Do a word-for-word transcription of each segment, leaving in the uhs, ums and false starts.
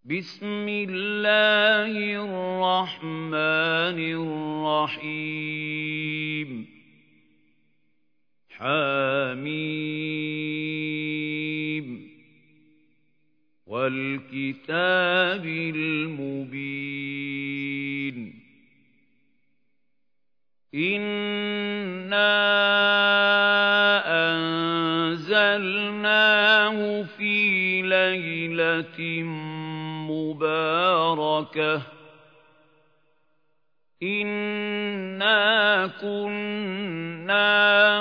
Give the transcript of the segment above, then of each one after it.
بسم الله الرحمن الرحيم حميم والكتاب المبين إنا أنزلناه في ليلة مباركة إنا كنا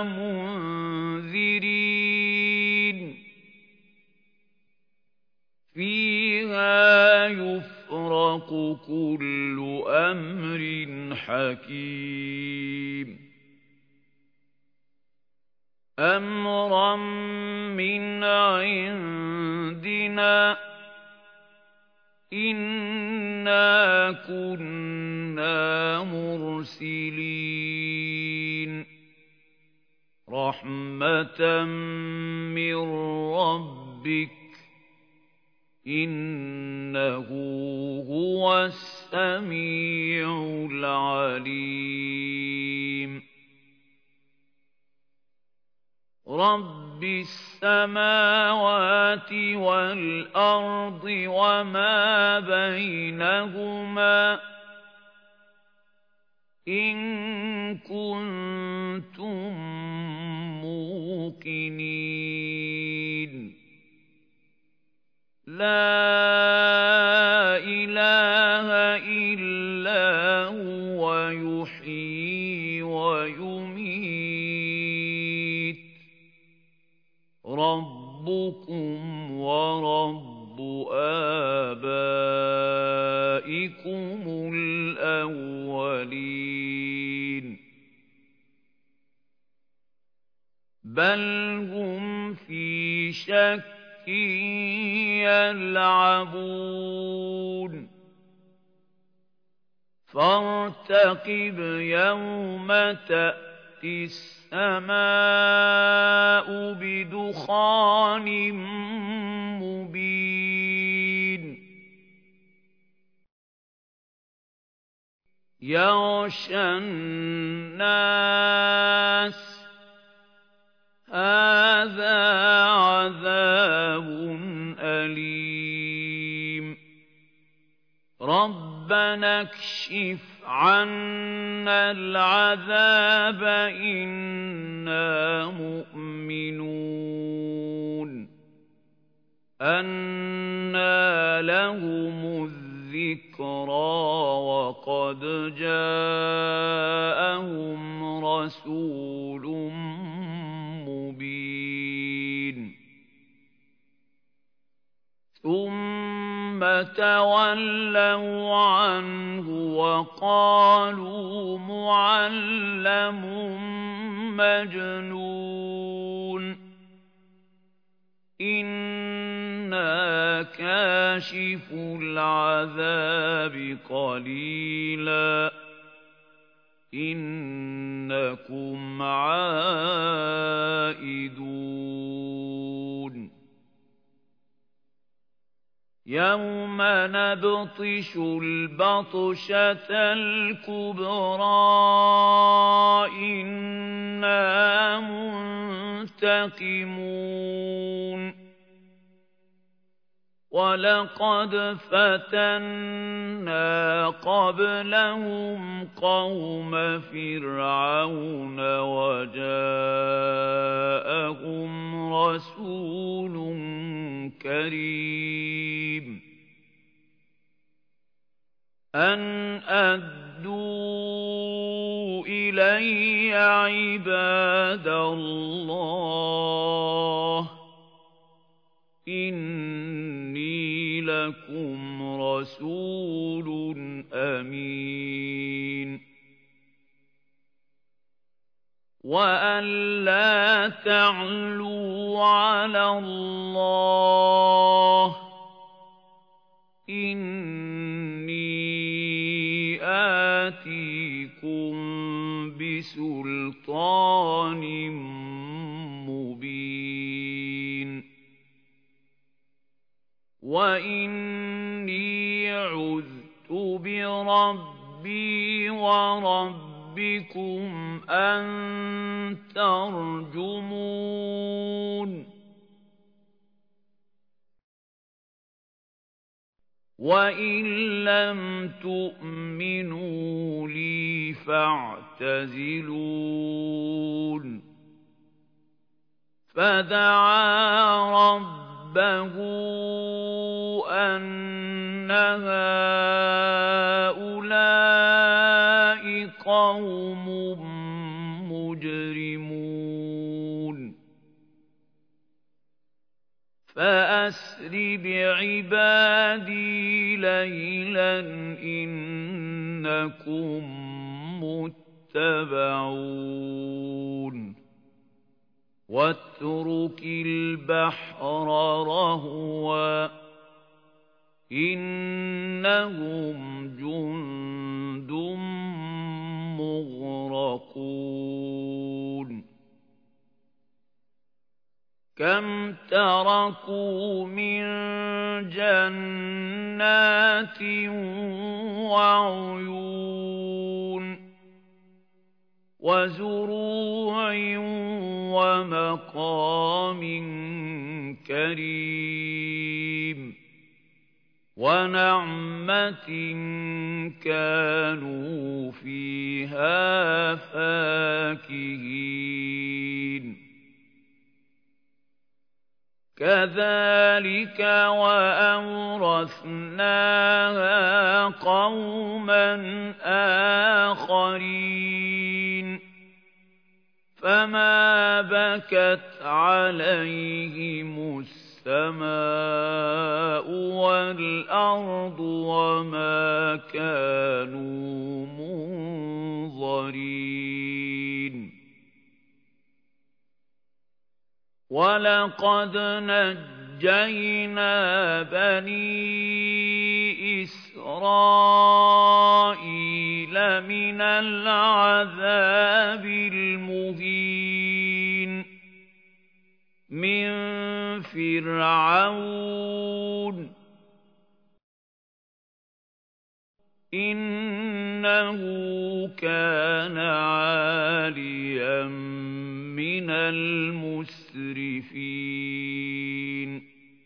منذرين فيها يفرق كل أمر حكيم أمرا من عندنا إنا كنا مرسلين رحمة من ربك إنه هو السميع العليم رب السماوات والأرض وما بينهما إن كنتم موقنين لا إله إلا هو يحيي ويميت ربكم ورب آبائكم الأولين بل هم في شك يلعبون فارتقب يوم تأتي السماء بدخان مبين يغشى الناس هذا عذاب أليم ربنا اكشف عنا العذاب إنا مؤمنون أنى لهم الذكرى وقد جاءهم رسول مبين ثم تولوا عنه وقالوا معلم مجنون إنا كاشف العذاب قليلا إنكم عائدون يوم نبطش البطشة الكبرى إنا منتقمون ولقد فتنا قبلهم قوم فرعون وجاءهم رسول كريم أن أدوا إلي عباد الله إني لكم رسول أمين وأن لا تعلوا على الله إني آتيكم بسلطان مبين وإني عُذْتُ بِرَبِّي وَرَبِّكُمْ أَن تَرْجُمُونِ وَإِن لَّمْ تُؤْمِنُوا لِي فَاعْتَزِلُونِ فَدَعَا رَبَّهُ أَنَّ هَٰؤُلَاءِ قَوْمٌ مُّجْرِمُونَ فَأَسْرِ بِعِبَادِي لَيْلًا إِنَّكُم مُّتَّبَعُونَ وَاتْرُكِ الْبَحْرَ رَهْوًا إِنَّهُمْ جُندٌ مُّغْرَقُونَ كَمْ تَرَكُوا مِن جَنَّاتٍ وَعُيُونٍ وَزُرُوعٍ وَمَقَامٍ كَرِيمٍ وَنَعْمَةٍ كَانُوا فِيهَا فَاكِهِينَ كَذَلِكَ وَأَوْرَثْنَاهَا قَوْمًا آخَرِينَ فَمَا بَكَتْ عَلَيْهِمُ السَّمَاءُ وَالْأَرْضُ وَمَا كَانُوا مُنظَرِينَ وَلَقَدْ نَجَّيْنَا بَنِي إِسْرَائِيلَ مِنَ الْعَذَابِ الْمُهِينِ مِنْ فِرْعَوْنَ إِنَّهُ كَانَ عَالِيًا مِنَ الْمُسْرِفِينَ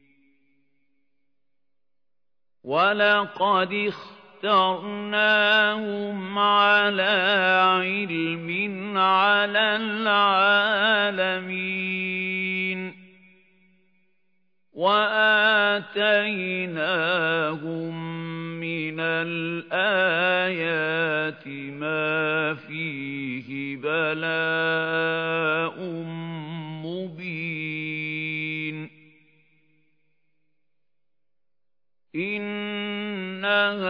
وَلَقَدِ اخْتَرْنَاهُمْ عَلَى عِلْمٍ عَلَى الْعَالَمِينَ وَآتَيْنَاهُم مِّنَ الْآيَاتِ مَا فِيهِ بَلَاءٌ مُّبِينٌ إِنَّ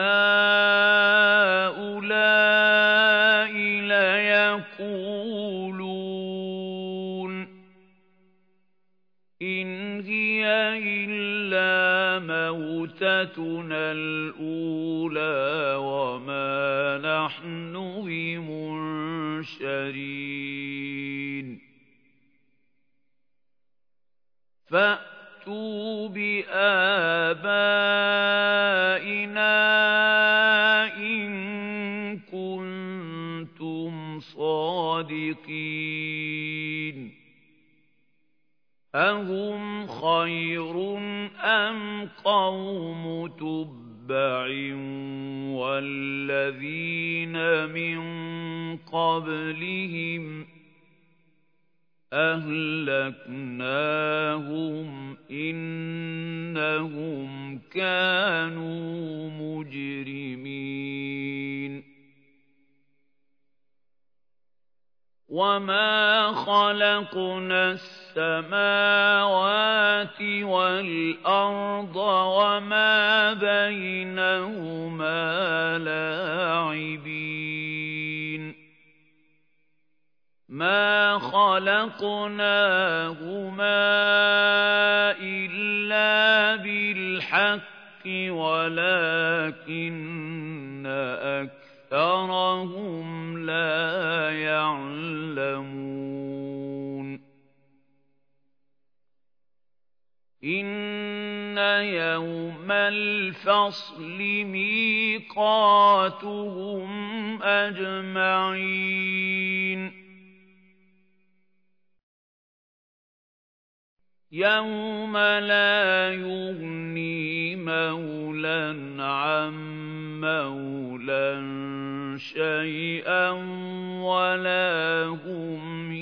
هَٰؤُلَاءِ لَيَقُولُونَ إِنْ هِيَ إِلَّا مَوْتَتُنَا الْأُولَىٰ وَمَا نَحْنُ بِمُنشَرِينَ فَأْتُوا بِآبَائِنَا إِن كُنتُمْ صَادِقِينَ أَهُمْ خَيْرٌ أَمْ قَوْمُ تُبَّعٍ وَالَّذِينَ مِن قَبْلِهِمْ أَهْلَكْنَاهُمْ إِنَّهُمْ كَانُوا مُجْرِمِينَ وَمَا خَلَقْنَا السَّمَاوَاتِ وَالْأَرْضَ وَمَا بَيْنَهُمَا لَاعِبِينَ مَا خَلَقْنَاهُمَا إِلَّا بِالْحَقِّ وَلَكِنَّ أَكْثَرَهُمْ لَا يَعْلَمُونَ إِنَّ يَوْمَ الْفَصْلِ مِيقَاتُهُمْ أَجْمَعِينَ يَوْمَ لَا يُغْنِي مَوْلًى عَن مَّوْلًى شَيْئًا وَلَا هُمْ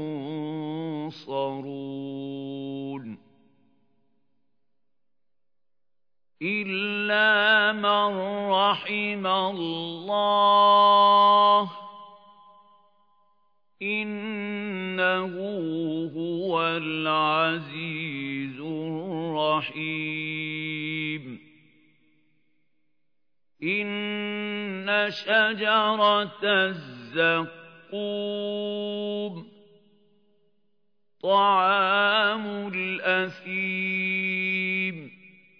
يُنصَرُونَ إِلَّا مَن رَّحِمَ اللَّهُ إِنَّهُ هُوَ الْعَزِيزُ الرَّحِيمُ إِنَّ شَجَرَتَ الزَّقُّومِ طَعَامُ الْأَثِيمِ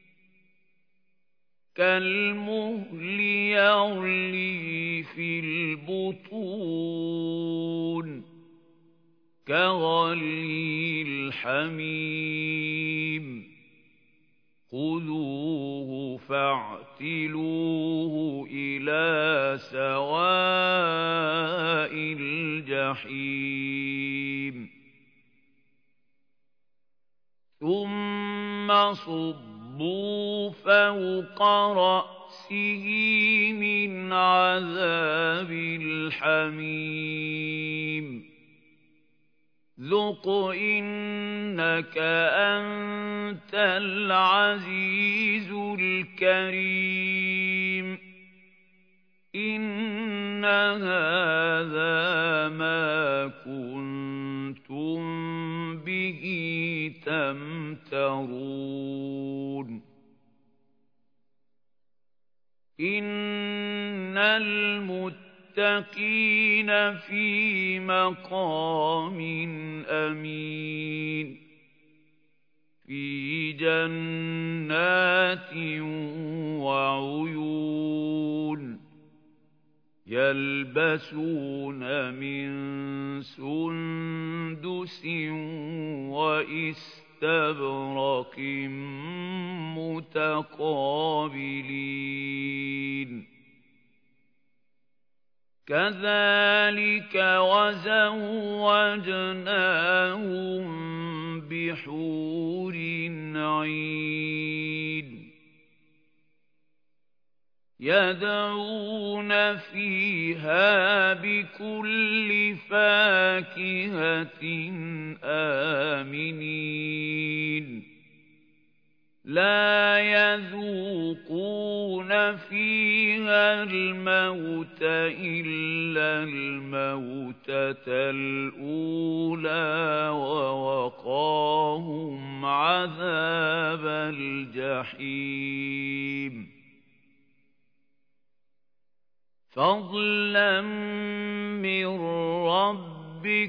كَالْمُهْلِ يَغْلِي فِي الْبُطُونِ كَغَلْيِ الْحَمِيمِ خُذُوهُ فَاعْتِلُوهُ إِلَى سَوَاءِ الْجَحِيمِ ثُمَّ صُبُّوا فَوْقَ رَأْسِهِ مِنْ عَذَابِ الْحَمِيمِ ذُقْ إِنَّكَ أَنْتَ الْعَزِيزُ الْكَرِيمُ إِنَّ هَذَا مَا كُنتُم بِهِ تَمْتَرُونَ إِنَّ الْمُتَّقِينَ فِي مَقَامٍ أَمِينٍ فِي جَنَّاتٍ وَعُيُونٍ يَلْبَسُونَ مِن سُندُسٍ وَإِسْتَبْرَقٍ مُتَقَابِلِينَ كَذَلِكَ وَزَوَّجْنَاهُم بِحُورٍ عِينٍ يَدْعُونَ فِيهَا بِكُلِّ فَاكِهَةٍ آمِنِينَ لَا يَذُوقُونَ فِيهَا الْمَوْتَ إِلَّا الْمَوْتَةَ الْأُولَى وَوَقَاهُمْ عَذَابَ الْجَحِيمِ فَضْلًا مِّن رَّبِّكَ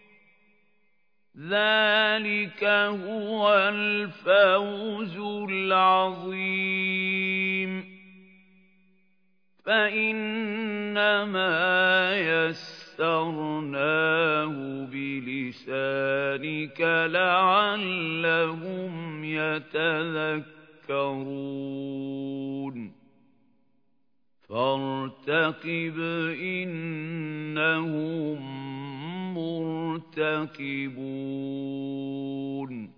ذَلِكَ هُوَ الْفَوْزُ الْعَظِيمُ فَإِنَّمَا يَسَّرْنَاهُ بِلِسَانِكَ لَعَلَّهُمْ يَتَذَكَّرُونَ فَارْتَقِبْ إِنَّهُم مُّرْتَقِبُونَ